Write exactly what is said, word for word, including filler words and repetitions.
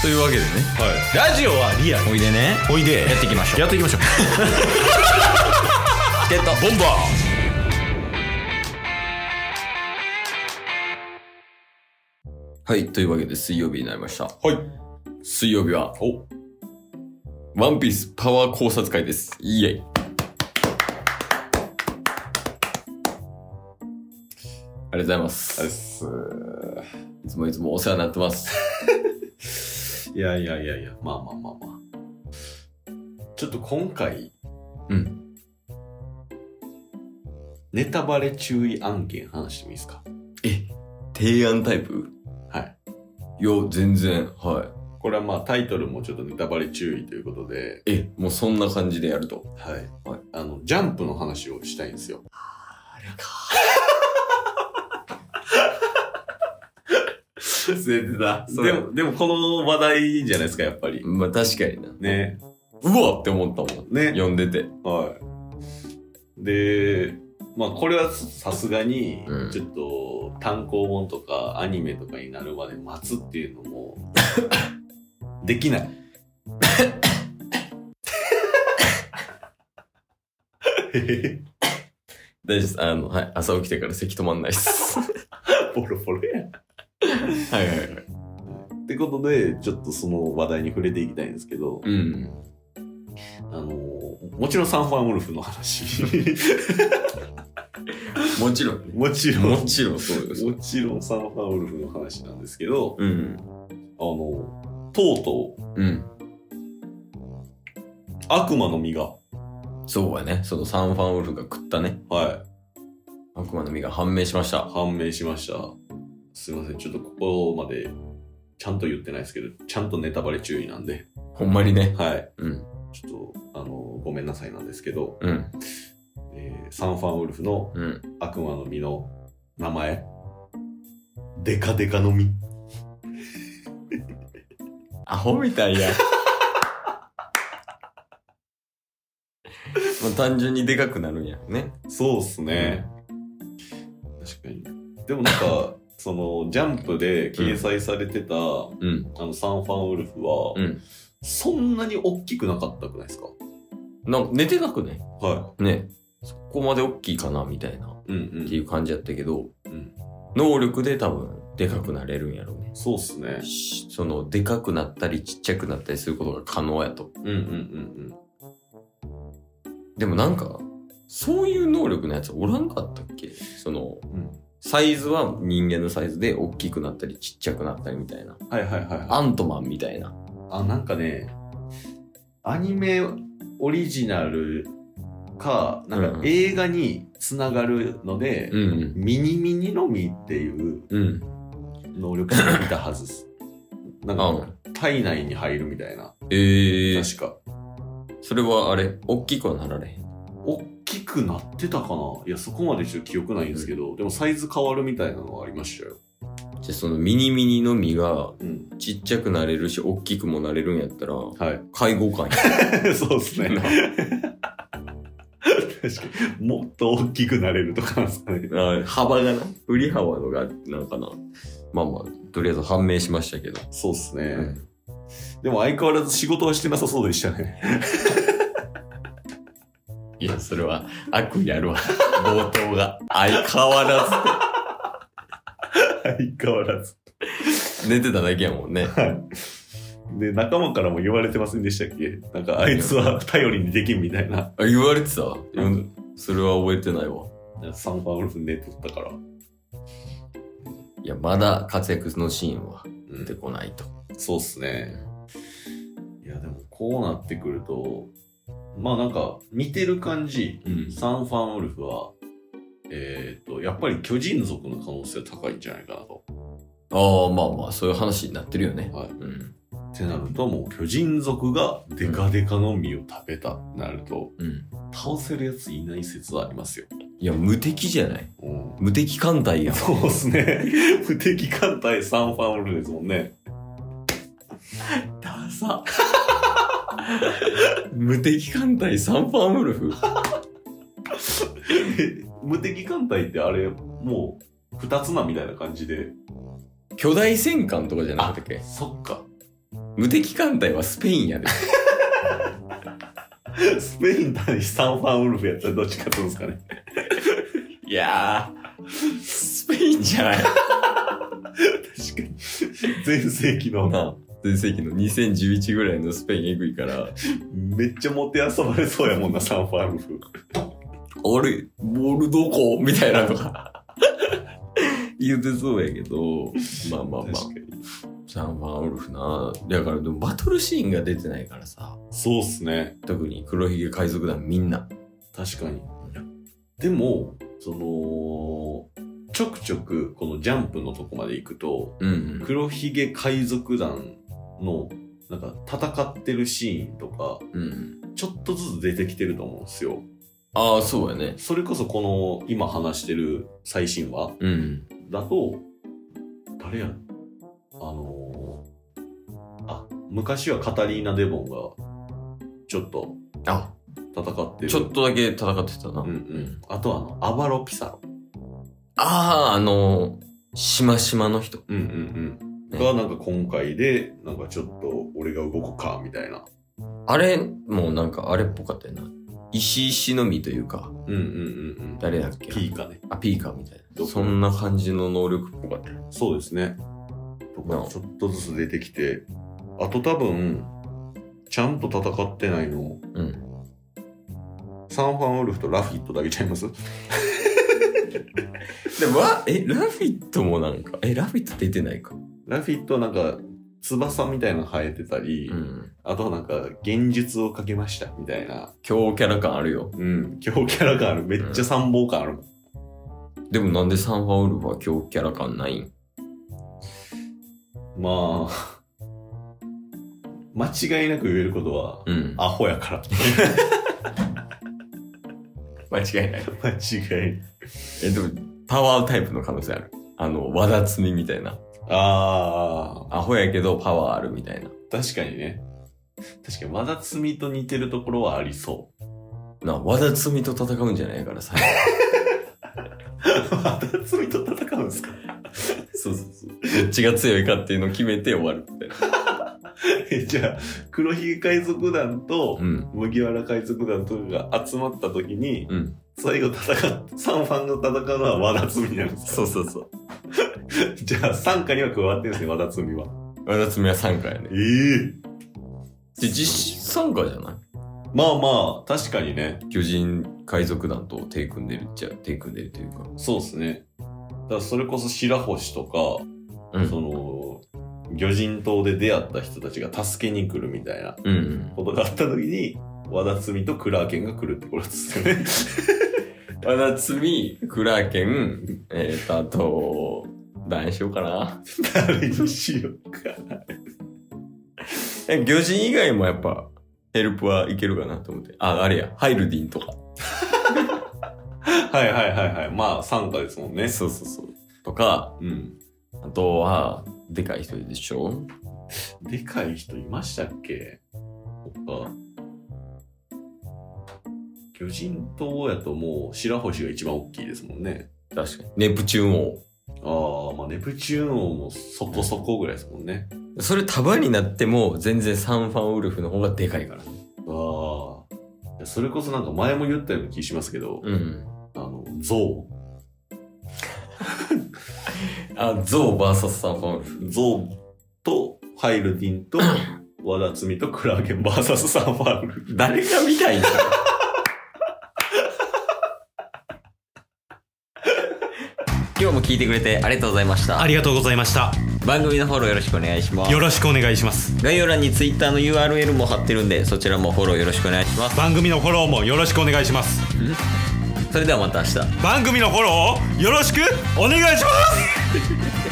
というわけでね、 はい、ラジオはリアル。 おいでね、 おいでやっていきましょう。 やっていきましょうチケットボンバー。はい、というわけで水曜日になりました。 はい。 水曜日はおワンピースパワー考察会です。イエイ。ありがとうございます。 あれっす。 いつもいつもお世話になってます。 いやいやいやいや、まあまあまあまあ。ちょっと今回、 うん。 ネタバレ注意案件話してもいいですか？ え、提案タイプ？ はい。 いや、全然、はい。 これはまあタイトルもちょっとネタバレ注意ということで。 え、もうそんな感じでやると。 はい。 はい。 あの、ジャンプの話をしたいんですよ。 あれか。 忘れてた。でも、でもこの話題じゃないですか、やっぱり。 まあ確かにな。 ね。 うわって思ったもん。 ね。 読んでて。 はい。で、まあこれはさすがに、ちょっと単行本とかアニメとかになるまで待つっていうのも、できない。 大丈夫です。あの、はい。朝起きてから咳止まんないっす。 ボロボロや。 はいはいはい。 ってことで、ちょっとその話題に触れていきたいんですけど、 うん。 あのー、もちろんサンファンウルフの話。 もちろん。 もちろん。 もちろんそうです。 もちろんサンファンウルフの話なんですけど、 うん。 あの、とうとう、うん。 悪魔の実が。 そうやね。そのサンファンウルフが食ったね。 はい。 悪魔の実が判明しました。 判明しました。すいません。ちょっとここまでちゃんと言ってないですけど、ちゃんとネタバレ注意なんで。 ほんまにね。 はい。 うん。 ちょっと、あの、ごめんなさいなんですけど、 うん。 えー、サンファンウルフの悪魔の実の名前、うん、デカデカの実。 アホみたいや。まあ、単純にでかくなるんやね。 そうっすね。うん、確かに。でもなんか、その、ジャンプで掲載されてた、うん、あの、サンファンウルフは、うん、そんなに大きくなかったくないですか？ な、寝てなくね？ はい。 ね。そこまで大きいかな、みたいな。 うんうん。 っていう感じやったけど、 うん、 能力で多分、でかくなれるんやろうね。 そうっすね。 その、でかくなったりちっちゃくなったりすることが可能やと。 うんうんうんうん。 でもなんか、そういう能力のやつおらんかったっけ？その、うん、サイズは人間のサイズで大きくなったりちっちゃくなったりみたいな。 はいはいはい、はい。 アントマンみたいな。 あ、なんかね、アニメオリジナルか、なんか映画につながるので、うんうん、ミニミニの実っていう能力がいたはずです。なんか、体内に入るみたいな。 えー、 確か。 それはあれ、大きくはなられへん。 大きくなってたかな？いや、そこまでちょっと記憶ないんですけど、うん、でもサイズ変わるみたいなのはありましたよ。 じゃあそのミニミニの実が、ちっちゃくなれるし、大きくもなれるんやったら、はい、介護官や。そうですね。確かに。もっと大きくなれるとかなんですかね。 あ、幅がな、振り幅のが、なんかな。まあまあ、とりあえず判明しましたけど。 そうっすね。うん、でも相変わらず仕事はしてなさそうでしたね。 いや、それは悪意あるわ。冒頭が。相変わらず。 相変わらず。 寝てただけやもんね。 はい。で、仲間からも言われてませんでしたっけ？なんか、あいつは頼りにできんみたいな。 あ、言われてた？うん。それは覚えてないわ。 サンファンウルフ寝とったから。 いや、まだ活躍のシーンは出てこないと。 うん、そうっすね。いや、でもこうなってくると、まあなんか、見てる感じ、うん、サンファンウルフは、えっと、やっぱり巨人族の可能性は高いんじゃないかなと。 ああ、まあまあ、そういう話になってるよね。 はい。うん。ってなると、もう巨人族がデカデカの実を食べたってなると、うん、倒せるやついない説はありますよ。 いや、無敵じゃない？うん、無敵艦隊やん。 そうですね。無敵艦隊サンファンウルフですもんね。 ダサ。無敵艦隊サンファンウルフ無敵艦隊ってあれ、もう、二つなみたいな感じで。 巨大戦艦とかじゃなかったっけ？ そっか。 無敵艦隊はスペインやで。 スペイン対サンファンウルフやったらどっち勝つんですかね。 いやー、スペインじゃない。確かに。前世紀の。 な前世紀のにせんじゅういちぐらいのスペインエグいから。 めっちゃ持って遊ばれそうやもんな、サンファンウルフ。 あれボールどこみたいなとか。言うてそうやけど、まあまあまあ。確かに。サンファンウルフな。だからでもバトルシーンが出てないからさ。 そうっすね。 特に黒ひげ海賊団みんな。 確かに。でも、その、ちょくちょくこのジャンプのとこまで行くと、うんうん、黒ひげ海賊団のなんか戦ってるシーンとか、うん、ちょっとずつ出てきてると思うんですよ。 ああ、そうやね。 それこそこの今話してる最新話、うん、だと、誰やあのー、あ、昔はカタリーナ・デボンがちょっとあ戦ってる。 ちょっとだけ戦ってたな。うんうん。 あとあの、アバロ・ピサロ。 ああ、あのー、しましまの人。 うんうんうん。ね、がなんか今回で、なんかちょっと俺が動こうか、みたいな。 あれ、もうなんかあれっぽかったよな。石石の実というか。 うんうんうんうん。 誰だっけ？ ピーカね。 あ、ピーカみたいな。そんな感じの能力っぽかったよ。 そうですね。とか、ちょっとずつ出てきて、あと多分、ちゃんと戦ってないの、うん。サンファンウルフとラフィットだけちゃいます？ でも、え、ラフィットもなんか、え、ラフィット出てないか。 ラフィットはなんか、翼みたいなの生えてたり、うん、あとはなんか、幻術をかけましたみたいな。 強キャラ感あるよ。 うん、強キャラ感ある。めっちゃ参謀感あるもん。 うん、でもなんでサンファンウルフは強キャラ感ないん？ まあ、間違いなく言えることは、うん、アホやから。 間違いない。 間違いない。 え、でも、パワータイプの可能性ある。あの、和田摘みみたいな。ああ。アホやけどパワーあるみたいな。 確かにね。確かに和田摘みと似てるところはありそう。 な、和田摘みと戦うんじゃないからさ。 和田摘みと戦うんですか？ そうそうそう。どっちが強いかっていうのを決めて終わるみたいな。 え、じゃあ、黒ひげ海賊団と、麦わら海賊団とかが集まった時に、うん、最後戦っ、サンファンが戦うのは和田摘みなんですか？ そうそうそう。 じゃあ、傘下には加わってるんですね、和田摘みは。 和田摘みは傘下やね。 ええー。 で、実参加じゃない？ まあまあ、確かにね。 巨人海賊団と手組んでるっちゃ、手組んでるというか。 そうですね。だからそれこそ白星とか、うん、その、魚人島で出会った人たちが助けに来るみたいなことがあった時に、和田摘みとクラーケンが来るってことですよね。 和田摘み、クラーケン、えーと、あと、誰にしようかな。 誰にしようかな。 え、魚人以外もやっぱ、ヘルプはいけるかなと思って。あ、あれや、ハイルディンとか。 はいはいはいはい。まあ、参加ですもんね。 そうそうそう。とか、うん。あとは、でかい人でしょ？ でかい人いましたっけ？とか。魚人島やともう、白星が一番大きいですもんね。 確かに。ネプチューン王。ああ、まあネプチューン王もそこそこぐらいですもんね。 それ束になっても、全然サンファンウルフの方がでかいから。ああ。それこそなんか前も言ったような気しますけど、うん。あの、ゾウ。 あ、ゾウ ブイエス サンファンウルフ。 ゾウとハイルディンと和田摘みとクラーケン ブイエス サンファンウルフ。 誰が見たいんだ今日も聞いてくれてありがとうございました。 ありがとうございました。 番組のフォローよろしくお願いします。 よろしくお願いします。 概要欄に Twitter の ユーアールエル も貼ってるんで、そちらもフォローよろしくお願いします。 番組のフォローもよろしくお願いします。 それではまた明日。 番組のフォローをよろしくお願いします